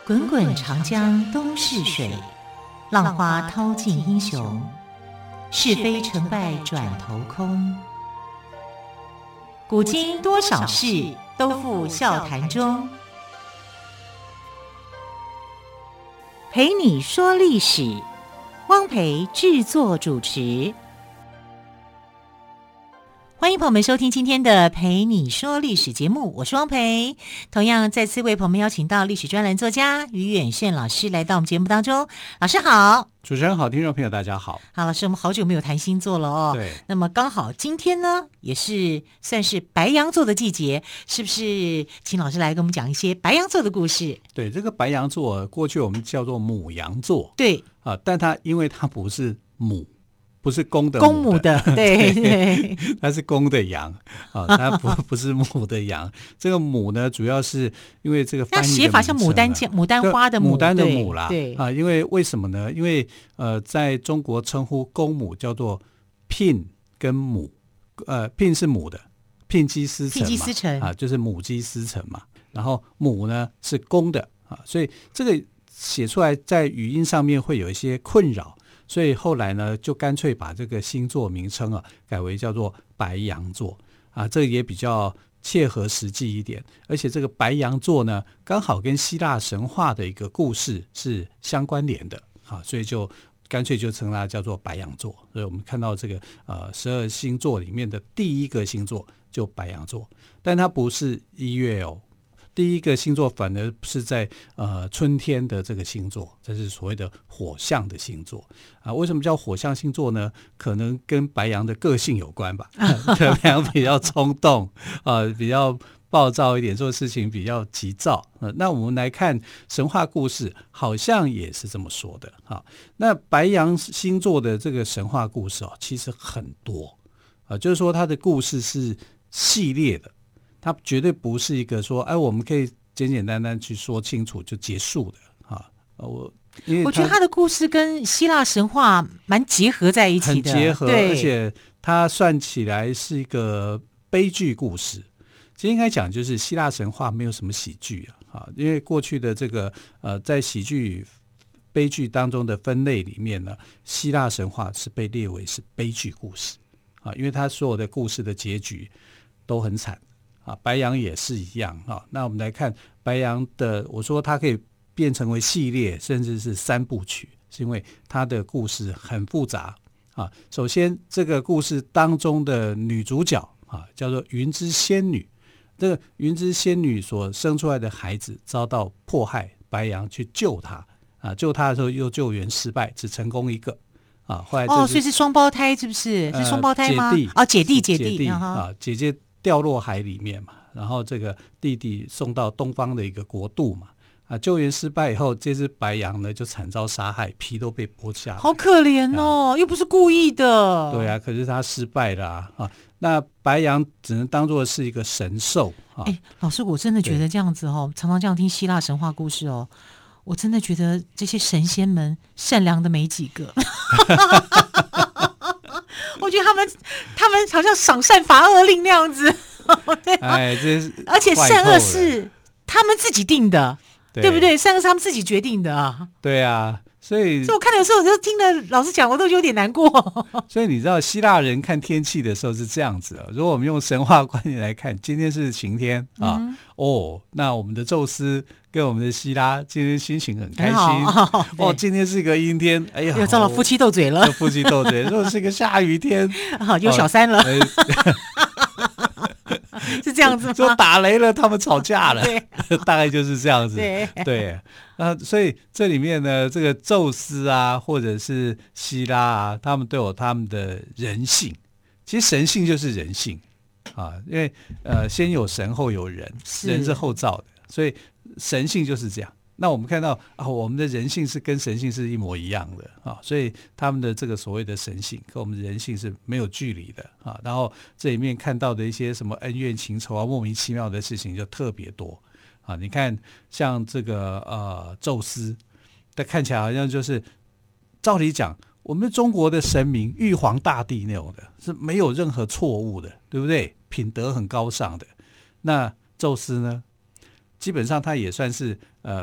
滚滚长江东逝水，浪花淘尽英雄。是非成败转头空。古今多少事，都付笑谈中。陪你说历史，汪培制作主持。欢迎朋友们收听今天的陪你说历史节目，我是汪培。同样再次为朋友们邀请到历史专栏作家于远炫老师来到我们节目当中。老师好。 主持人好，听众朋友大家好。 好，老师，我们好久没有谈星座了哦。 对。 那么刚好今天呢，也是算是白羊座的季节，是不是请老师来跟我们讲一些白羊座的故事？ 对，这个白羊座过去我们叫做牡羊座。 对。 但它因为它不是母，不是公的公母的，对对， 它是公的羊它不是母的羊。这个母呢，主要是因为这个翻译的写法像牡丹花的牡丹的牡啦， 对因为为什么呢？因为在中国称呼公母叫做聘跟母，聘是母的，聘鸡司晨嘛，就是母鸡司晨嘛。然后母呢是公的所以这个写出来在语音上面会有一些困扰。所以后来呢，就干脆把这个星座名称改为叫做白羊座这个也比较切合实际一点。而且这个白羊座呢，刚好跟希腊神话的一个故事是相关联的所以就干脆就称它叫做白羊座。所以我们看到这个12星座里面的第一个星座就白羊座，但它不是1月哦。第一个星座反而是在春天的这个星座，这是所谓的火象的星座为什么叫火象星座呢？可能跟白羊的个性有关吧白羊比较冲动比较暴躁一点，做事情比较急躁那我们来看神话故事，好像也是这么说的那白羊星座的这个神话故事其实很多就是说它的故事是系列的，它绝对不是一个说我们可以简简单单去说清楚就结束的我觉得他的故事跟希腊神话蛮结合在一起的， 很结合， 对， 而且它算起来是一个悲剧故事。其实应该讲就是希腊神话没有什么喜剧因为过去的这个在喜剧悲剧当中的分类里面呢，希腊神话是被列为是悲剧故事因为它所有的故事的结局都很惨白羊也是一样那我们来看白羊的，我说它可以变成为系列甚至是3部曲，是因为它的故事很复杂首先这个故事当中的女主角叫做云之仙女，这个云之仙女所生出来的孩子遭到迫害，白羊去救她救她的时候又救援失败，只成功1个后来所以是双胞胎，是不是？是双胞胎吗？姐弟姐姐掉落海里面嘛，然后这个弟弟送到东方的一个国度嘛救援失败以后，这只白羊呢就惨遭杀害，皮都被剥下来， 好可怜又不是故意的。 对可是他失败了那白羊只能当作是一个神兽老师，我真的觉得这样子常常这样听希腊神话故事我真的觉得这些神仙们善良的没几个我觉得他们好像赏善罚恶令那样子对而且善恶是他们自己定的，对不对？善恶是他们自己决定的对所以我看的时候，我就听了老师讲，我都有点难过所以你知道希腊人看天气的时候是这样子如果我们用神话观念来看，今天是晴天那我们的宙斯跟我们的希拉今天心情很开心今天是一个阴天，哎呀， 又遭了夫妻斗嘴了， 夫妻斗嘴如果是一个下雨天有小三了是这样子吗？ 就打雷了，他们吵架了大概就是这样子对所以这里面呢，这个宙斯或者是希拉他们都有他们的人性。其实神性就是人性因为先有神后有人，人是后造的，所以神性就是这样。那我们看到我们的人性是跟神性是一模一样的所以他们的这个所谓的神性跟我们的人性是没有距离的然后这里面看到的一些什么恩怨情仇莫名其妙的事情就特别多你看像这个宙斯，他看起来好像就是照理讲我们中国的神明玉皇大帝那种的是没有任何错误的，对不对？品德很高尚的。那宙斯呢，基本上他也算是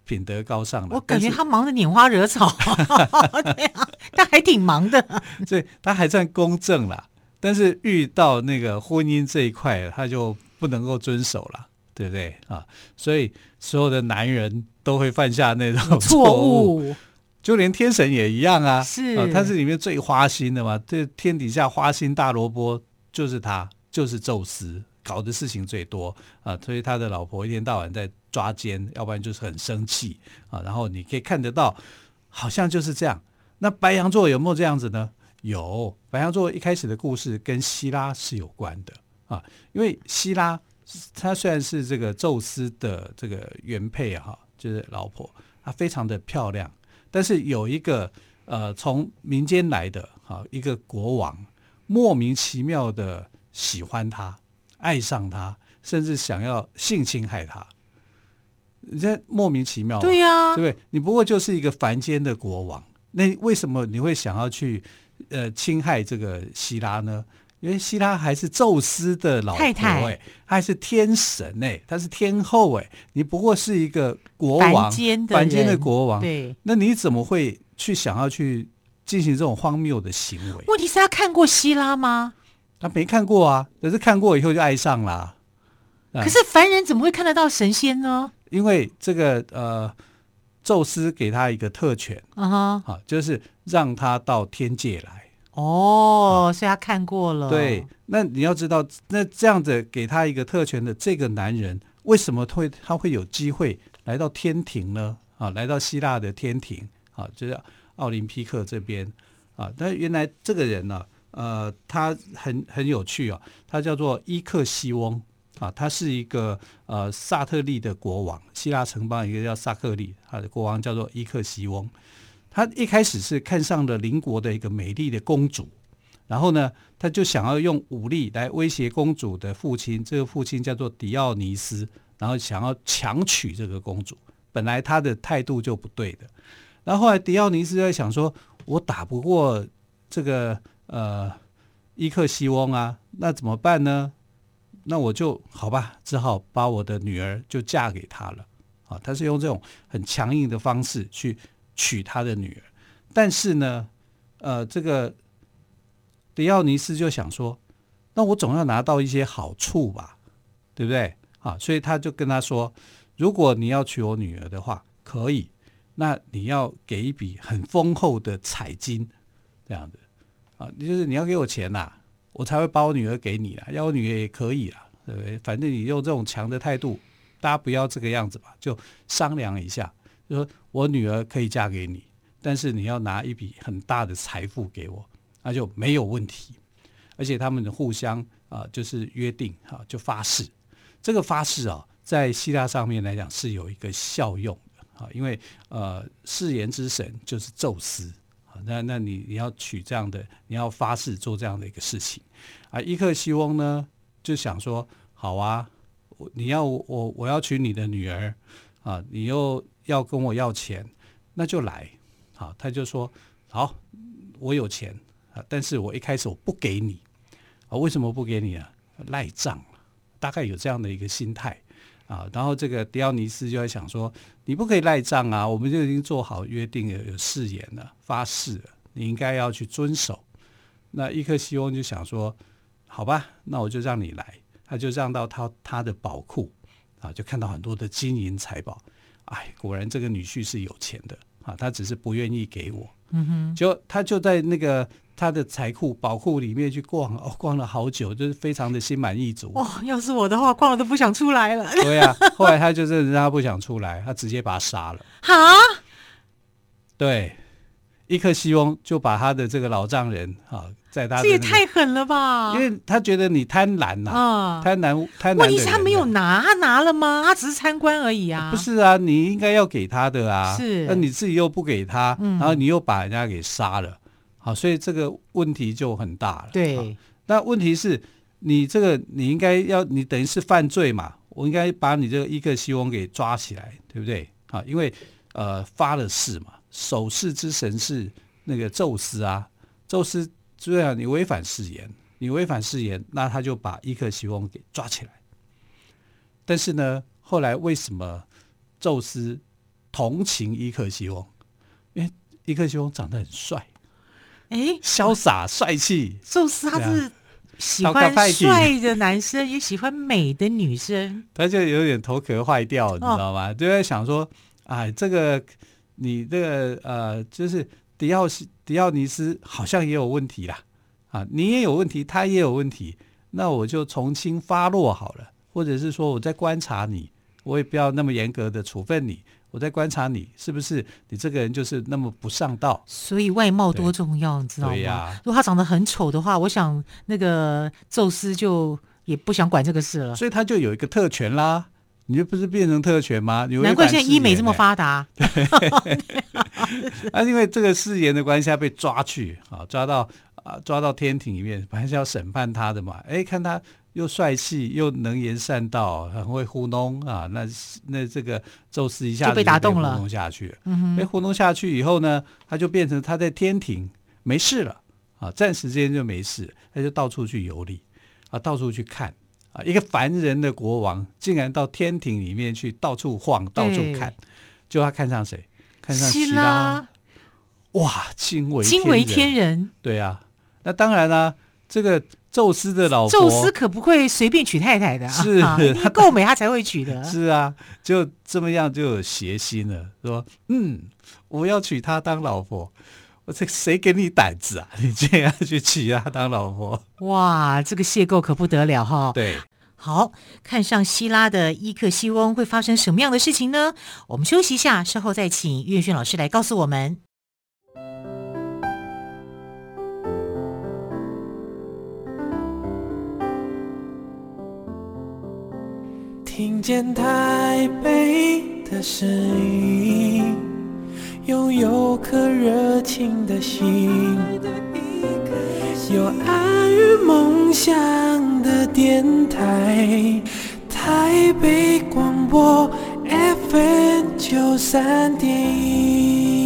品德高尚的。 我感觉他忙得拈花惹草，对啊，他还挺忙的。 所以他还算公正啦，但是遇到那个婚姻这一块，他就不能够遵守了，对不对啊？所以所有的男人都会犯下那种错误，就连天神也一样啊。 是他是里面最花心的嘛，这天底下花心大萝卜就是他，就是宙斯。搞的事情最多啊，所以他的老婆一天到晚在抓奸，要不然就是很生气啊。然后你可以看得到，好像就是这样。那白羊座有没有这样子呢？有，白羊座一开始的故事跟希拉是有关的啊，因为希拉她虽然是这个宙斯的这个原配啊，就是老婆，她非常的漂亮，但是有一个从民间来的一个国王，莫名其妙的喜欢她。爱上他，甚至想要性侵害他，这莫名其妙。 对呀， 对不对？你不过就是一个凡间的国王，那为什么你会想要去侵害这个希拉呢？因为希拉还是宙斯的老婆太太， 她还是天神她是天后你不过是一个国王，凡间的国王， 对， 那你怎么会去想要去进行这种荒谬的行为？ 问题是他看过希拉吗？ 他没看过啊，可是看过以后就爱上了。 可是凡人怎么会看得到神仙呢？ 因为这个宙斯给他一个特权就是让他到天界来。 所以他看过了。 对，那你要知道，那这样子给他一个特权的这个男人，为什么他会有机会来到天庭呢？来到希腊的天庭就是奥林匹克这边但原来这个人呢他很有趣他叫做伊克西翁他是一个萨特利的国王，希腊城邦一个叫萨克利，他的国王叫做伊克西翁。他一开始是看上了邻国的一个美丽的公主，然后呢，他就想要用武力来威胁公主的父亲，这个父亲叫做狄奥尼斯，然后想要强娶这个公主。本来他的态度就不对的，然后后来狄奥尼斯在想说，我打不过这个伊克西翁那怎么办呢？那我就好吧，只好把我的女儿就嫁给他了他是用这种很强硬的方式去娶他的女儿。但是呢这个狄奥尼斯就想说，那我总要拿到一些好处吧，对不对所以他就跟他说，如果你要娶我女儿的话可以，那你要给一笔很丰厚的彩金，这样子就是你要给我钱我才会把我女儿给你要我女儿也可以对不对？反正你用这种强的态度，大家不要这个样子吧，就商量一下，就说我女儿可以嫁给你，但是你要拿一笔很大的财富给我，那就没有问题。而且他们的互相就是约定就发誓。这个发誓在希腊上面来讲是有一个效用的因为誓言之神就是宙斯。那你要娶这样的，你要发誓做这样的一个事情伊克西翁呢就想说，好你要我要娶你的女儿你又要跟我要钱，那就来他就说好，我有钱但是我一开始我不给你为什么不给你赖账，大概有这样的一个心态然后这个狄奥尼斯就在想说，你不可以赖账我们就已经做好约定了，有誓言了，发誓了，你应该要去遵守。那伊克西翁就想说，好吧，那我就让你来。他就让到他的宝库就看到很多的金银财宝。果然这个女婿是有钱的他只是不愿意给我。他就在那个他的财库宝库里面去逛了好久，就是非常的心满意足。 要是我的话，逛了都不想出来了。 对后来他就真的让他不想出来，他直接把他杀了。对，伊克西翁就把他的这个老丈人在他这也太狠了吧！ 因为他觉得你贪婪贪婪。 问题是他没有拿，他拿了吗？他只是参观而已不是你应该要给他的是， 那你自己又不给他，然后你又把人家给杀了。所以这个问题就很大了。 对， 那问题是你应该你等于是犯罪嘛，我应该把你这个伊克西翁给抓起来，对不对因为发了誓嘛，守誓之神是那个宙斯宙斯虽然你违反誓言，那他就把伊克西翁给抓起来。但是呢，后来为什么宙斯同情伊克西翁，因为伊克西翁长得很帅， 潇洒帅气。 宙斯他是喜欢帅的男生，也喜欢美的女生， 他就有点头壳坏掉，你知道吗？就在想说，这个你这个就是迪奥尼斯好像也有问题啦，你也有问题，他也有问题，那我就从轻发落好了，或者是说我在观察你，我也不要那么严格的处分你，我在观察你是不是你这个人就是那么不上道。 所以外貌多重要，你知道吗？如果他长得很丑的话，我想那个宙斯就也不想管这个事了， 所以他就有一个特权啦。你就不是变成特权吗？ 难怪现在医美这么发达。 因为这个誓言的关系，他被抓去抓到天庭里面，本来是要审判他的嘛。看他又帅气又能言善道，很会糊弄啊。那这个宙斯一下子就被打动了，糊弄下去了。被糊弄下去以后呢，他就变成他在天庭没事了暂时之间就没事，他就到处去游历到处去看。一个凡人的国王竟然到天庭里面去到处晃到处看，就他看上谁？看上希拉。哇，惊为天人。对啊，那当然啦，这个宙斯的老婆， 宙斯可不会随便娶太太的是他够美他才会娶的。 是啊，就这么样就有邪心了，说我要娶她当老婆。我这谁给你胆子啊？你竟然去娶她当老婆？ 哇，这个邂逅可不得了哈！ 对， 好，看上希拉的伊克西翁会发生什么样的事情呢？我们休息一下，稍后再请岳轩老师来告诉我们。 听见台北的声音，拥有颗热情的心，有爱与梦想的电台，台北广播 FM93.1。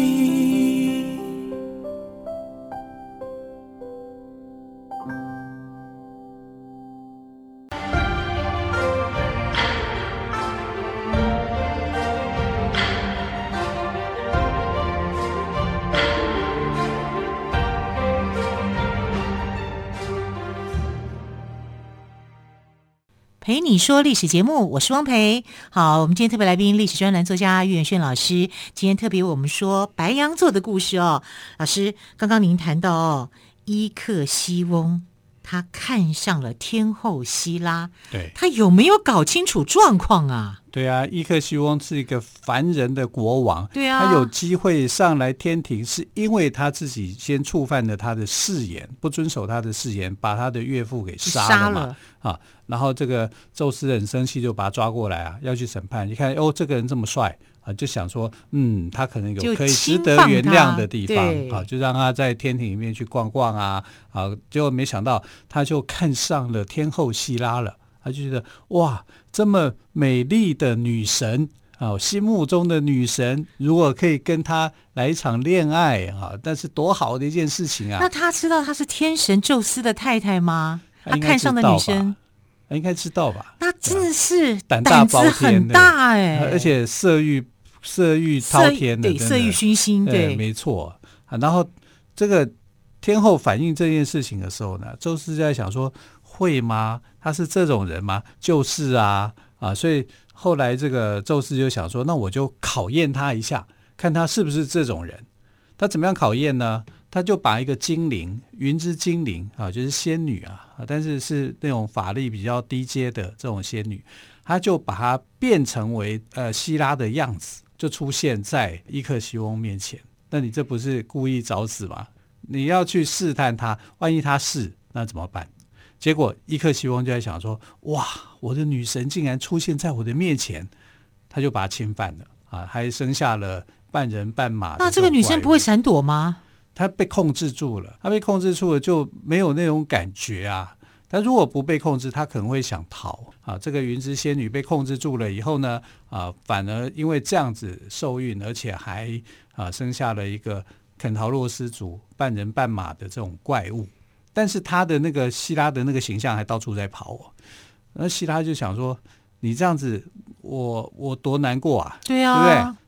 陪你说历史节目，我是汪培。好，我们今天特别来宾历史专栏作家岳元轩老师，今天特别为我们说白羊座的故事哦。老师，刚刚您谈到伊克西翁他看上了天后希拉， 对， 他有没有搞清楚状况啊？ 对啊，伊克西翁是一个凡人的国王， 对啊， 他有机会上来天庭，是因为他自己先触犯了他的誓言，不遵守他的誓言，把他的岳父给杀了嘛。然后这个宙斯很生气，就把他抓过来要去审判。你看，这个人这么帅就想说，他可能有可以值得原谅的地方就让他在天庭里面去逛逛结果没想到他就看上了天后希拉了。他就觉得哇，这么美丽的女神心目中的女神，如果可以跟她来一场恋爱但是多好的一件事情啊！ 那他知道她是天神宙斯的太太吗？他看上的女生应该知道吧？ 那真的是胆大包天， 很大而且色欲滔天的， 对，色欲熏心，对， 没错。然后这个天后反映这件事情的时候呢，宙斯在想说，会吗？他是这种人吗？就是所以后来这个宙斯就想说，那我就考验他一下，看他是不是这种人。他怎么样考验呢？他就把一个精灵，云之精灵就是仙女但是是那种法力比较低阶的这种仙女，他就把它变成为希拉的样子，就出现在伊克西翁面前。那你这不是故意找死吗？你要去试探他，万一他是，那怎么办？结果伊克西翁就在想说，哇，我的女神竟然出现在我的面前，他就把她侵犯了还生下了半人半马。 那这个女生不会闪躲吗？ 她被控制住了，就没有那种感觉她如果不被控制，她可能会想逃这个云之仙女被控制住了以后呢反而因为这样子受孕，而且还生下了一个肯陶洛斯族半人半马的这种怪物。但是他的那个希拉的那个形象还到处在跑那希拉就想说，你这样子我多难过对啊， 对不对？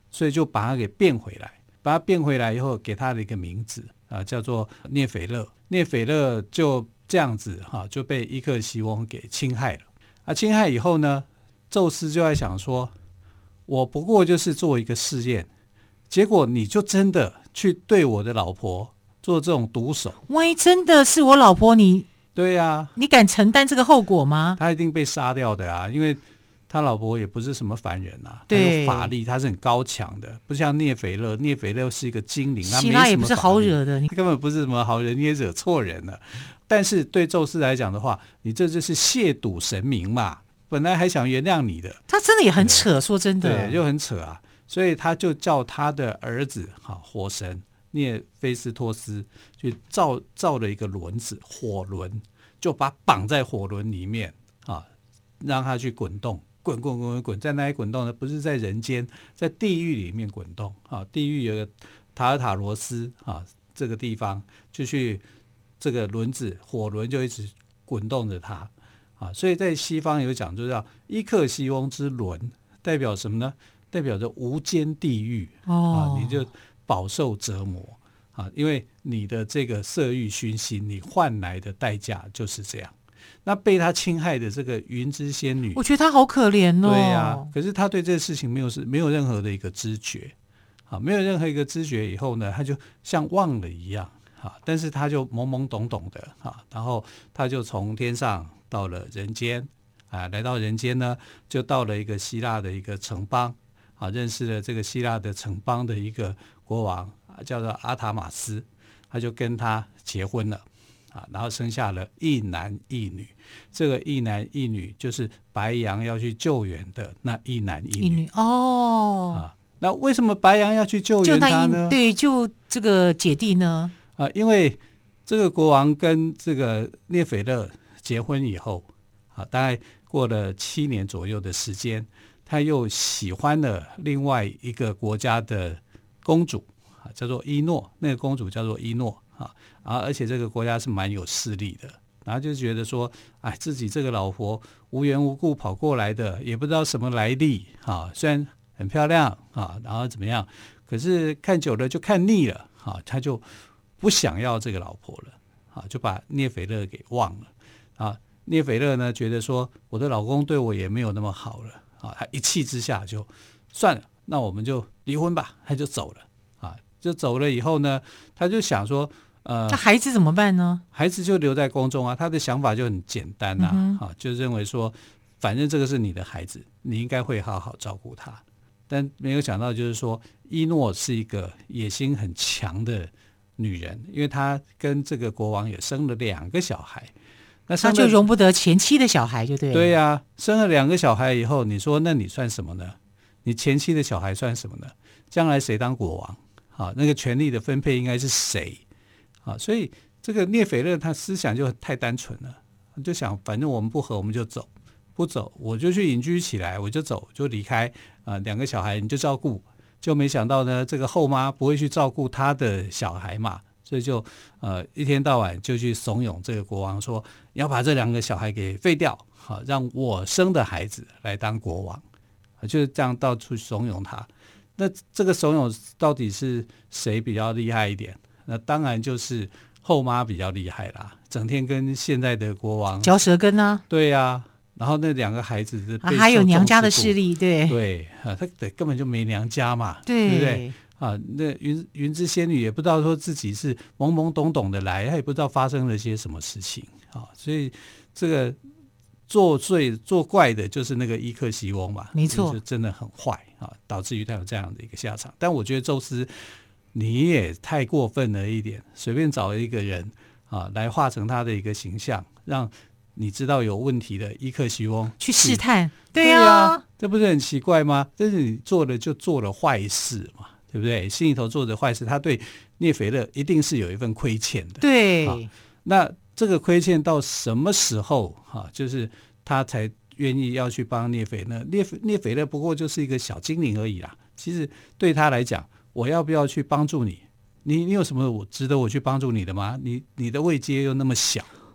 所以就把他给变回来。把他变回来以后，给他的一个名字叫做涅斐勒。涅斐勒就这样子就被伊克西翁给侵害了。侵害以后呢，宙斯就在想说，我不过就是做一个试验，结果你就真的去对我的老婆做这种毒手。 万一真的是我老婆， 对啊， 你敢承担这个后果吗？ 他一定被杀掉的啊，因为他老婆也不是什么凡人啊，他对， 有法力，他是很高强的，不像涅斐勒。涅斐勒是一个精灵， 希腊也不是好惹的， 他根本不是什么好人，你也惹错人了。但是对宙斯来讲的话，你这就是亵渎神明嘛，本来还想原谅你的。 他真的也很扯，说真的， 对，就很扯啊。所以他就叫他的儿子火神涅菲斯托斯去造了一个轮子，火轮，就把他绑在火轮里面让他去滚动，滚，在哪里滚动呢？不是在人间，在地狱里面滚动地狱有个塔尔塔罗斯这个地方就去这个轮子火轮就一直滚动着它所以在西方有讲就叫伊克西翁之轮，代表什么呢？代表着无间地狱你就饱受折磨因为你的这个色欲熏心，你换来的代价就是这样。那被他侵害的这个云之仙女， 我觉得她好可怜哦。 对啊，可是他对这个事情没有任何的一个知觉没有任何一个知觉以后呢，他就像忘了一样但是他就懵懵懂懂的然后他就从天上到了人间来到人间呢，就到了一个希腊的一个城邦认识了这个希腊的城邦的一个国王叫做阿塔马斯，他就跟他结婚了然后生下了一男一女。这个一男一女就是白羊要去救援的那一男一女那为什么白羊要去救援他呢？ 对，就这个姐弟呢因为这个国王跟这个涅斐勒结婚以后大概过了7年左右的时间，他又喜欢了另外一个国家的公主叫做伊诺，那个公主叫做伊诺而且这个国家是蛮有势力的，然后就觉得说自己这个老婆无缘无故跑过来的，也不知道什么来历虽然很漂亮然后怎么样，可是看久了就看腻了他就不想要这个老婆了就把涅斐勒给忘了涅斐勒呢觉得说我的老公对我也没有那么好了他一气之下就算了，那我们就离婚吧，他就走了就走了以后呢，他就想说那孩子怎么办呢？ 孩子就留在宫中他的想法就很简单就认为说反正这个是你的孩子，你应该会好好照顾他。但没有想到就是说伊诺是一个野心很强的女人，因为她跟这个国王也生了2个小孩，那就容不得前妻的小孩就对了。 对啊，生了2个小孩以后，你说那你算什么呢？你前妻的小孩算什么呢？将来谁当国王那个权力的分配应该是谁所以这个涅斐勒他思想就太单纯了，就想反正我们不合我们就走，不走我就去隐居起来，我就走就离开2个小孩你就照顾。就没想到呢，这个后妈不会去照顾他的小孩嘛，所以就一天到晚就去怂恿这个国王说要把这2个小孩给废掉让我生的孩子来当国王就是这样到处怂恿他。那这个怂恿到底是谁比较厉害一点？那当然就是后妈比较厉害啦，整天跟现在的国王嚼舌根对啊，然后那2个孩子是还有娘家的势力， 对他根本就没娘家嘛，对不对那云之仙女也不知道说自己是懵懵懂懂的来，她也不知道发生了些什么事情所以这个作祟作怪的就是那个伊克西翁嘛， 没错， 就真的很坏导致于他有这样的一个下场。但我觉得宙斯你也太过分了一点，随便找一个人来画成他的一个形象，让你知道有问题的伊克西翁去试探， 对啊，这不是很奇怪吗？但是你做了就做了坏事嘛，对不对？心里头做的坏事，他对涅斐勒一定是有一份亏欠的。 对那这个亏欠到什么时候就是他才愿意要去帮涅斐勒？涅斐勒不过就是一个小精灵而已啦。其实对他来讲，我要不要去帮助你？你有什么值得我去帮助你的吗？你的位阶又那么小。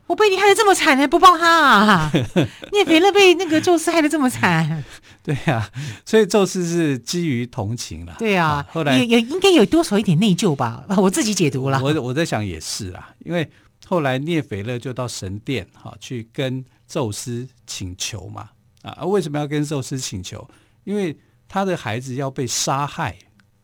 我被你害得这么惨，还不帮他啊？涅斐勒被那个宙斯害得这么惨。 对呀，所以宙斯是基于同情啦。 对啊， 后来也应该有多少一点内疚吧？我自己解读了。 我在想也是啦，因为后来涅斐勒就到神殿去跟宙斯请求嘛。为什么要跟宙斯请求？因为他的孩子要被杀害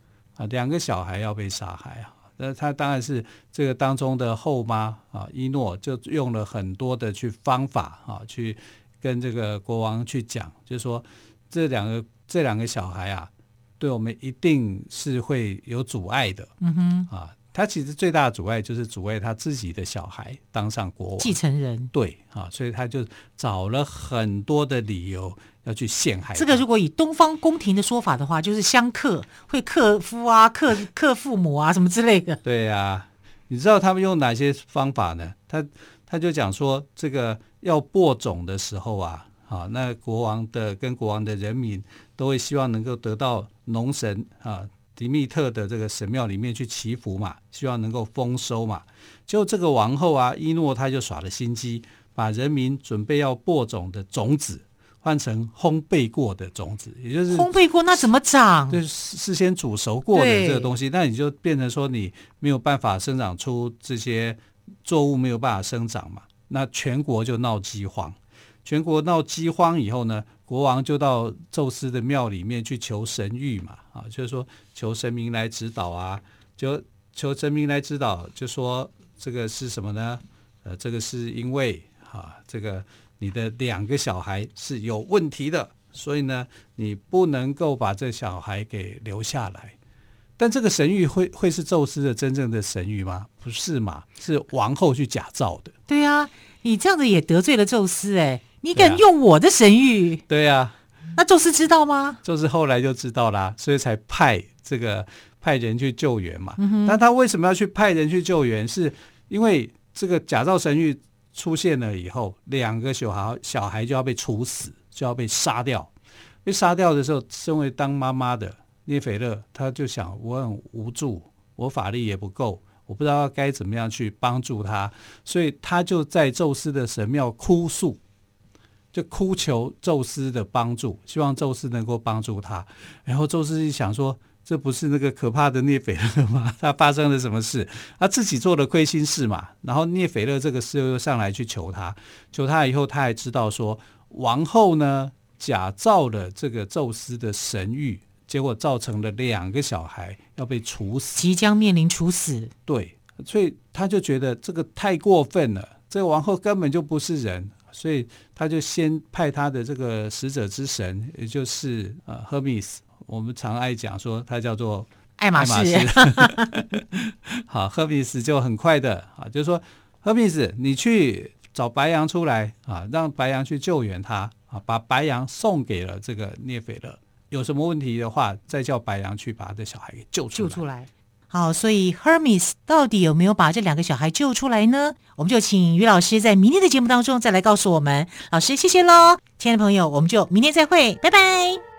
2个小孩要被杀害那他当然是这个当中的后妈伊诺就用了很多的方法去跟这个国王去讲，就是说这两个小孩对我们一定是会有阻碍的。他其实最大的阻碍就是阻碍他自己的小孩当上国王继承人。对所以他就找了很多的理由要去陷害他。 这个如果以东方宫廷的说法的话，就是相克，会克夫克父母什么之类的。 对啊，你知道他们用哪些方法呢？他就讲说，这个要播种的时候那国王的人民都会希望能够得到农神迪密特的这个神庙里面去祈福嘛，希望能够丰收嘛。就这个王后伊诺他就耍了心机，把人民准备要播种的种子换成烘焙过的种子，也就是烘焙过那怎么长？ 就是事先煮熟过的这个东西，那你就变成说你没有办法生长出这些作物，没有办法生长嘛。那全国就闹饥荒。全国闹饥荒以后呢，国王就到宙斯的庙里面去求神谕嘛，就是说求神明来指导求神明来指导，就说这个是什么呢？这个是因为这个你的2个小孩是有问题的，所以呢，你不能够把这小孩给留下来。但这个神谕会是宙斯的真正的神谕吗？不是嘛，是王后去假造的。 对啊，你这样子也得罪了宙斯你敢用我的神谕？ 对啊， 那宙斯知道吗？ 宙斯后来就知道啦，所以才派人去救援嘛。但他为什么要去派人去救援？是因为这个假造神谕出现了以后，2个小孩就要被处死，就要被杀掉。被杀掉的时候，身为当妈妈的涅斐勒他就想，我很无助，我法力也不够，我不知道该怎么样去帮助他，所以他就在宙斯的神庙哭诉，就哭求宙斯的帮助，希望宙斯能够帮助他。然后宙斯一想说，这不是那个可怕的涅斐勒吗？他发生了什么事？他自己做了亏心事嘛。然后涅斐勒这个时候又上来去求他以后，他还知道说王后呢假造了这个宙斯的神谕，结果造成了2个小孩要被处死， 即将面临处死。 对，所以他就觉得这个太过分了，这个王后根本就不是人，所以他就先派他的这个使者之神，也就是Hermes， 我们常爱讲说他叫做爱马仕。 好，Hermes 就很快的就是说 Hermes 你去找白羊出来让白羊去救援他把白羊送给了这个涅斐勒，有什么问题的话再叫白羊去把他的小孩给救出来。 好，所以 Hermes 到底有没有把这2个小孩救出来呢？我们就请于老师在明天的节目当中再来告诉我们。老师谢谢咯，亲爱的朋友，我们就明天再会，拜拜。